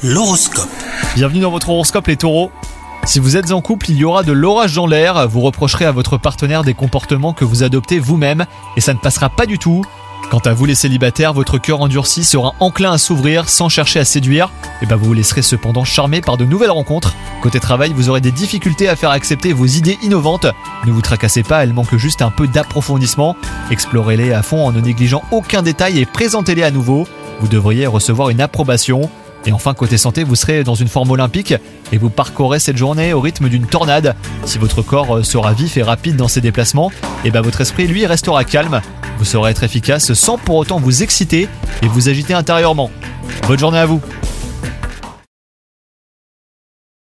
L'horoscope. Bienvenue dans votre horoscope les taureaux. Si vous êtes en couple, il y aura de l'orage dans l'air, vous reprocherez à votre partenaire des comportements que vous adoptez vous-même et ça ne passera pas du tout. Quant à vous les célibataires, votre cœur endurci sera enclin à s'ouvrir sans chercher à séduire, et vous vous laisserez cependant charmer par de nouvelles rencontres. Côté travail, vous aurez des difficultés à faire accepter vos idées innovantes. Ne vous tracassez pas, elles manquent juste un peu d'approfondissement. Explorez-les à fond en ne négligeant aucun détail et présentez-les à nouveau. Vous devriez recevoir une approbation. Et enfin, côté santé, vous serez dans une forme olympique et vous parcourrez cette journée au rythme d'une tornade. Si votre corps sera vif et rapide dans ses déplacements, votre esprit, lui, restera calme. Vous saurez être efficace sans pour autant vous exciter et vous agiter intérieurement. Bonne journée à vous!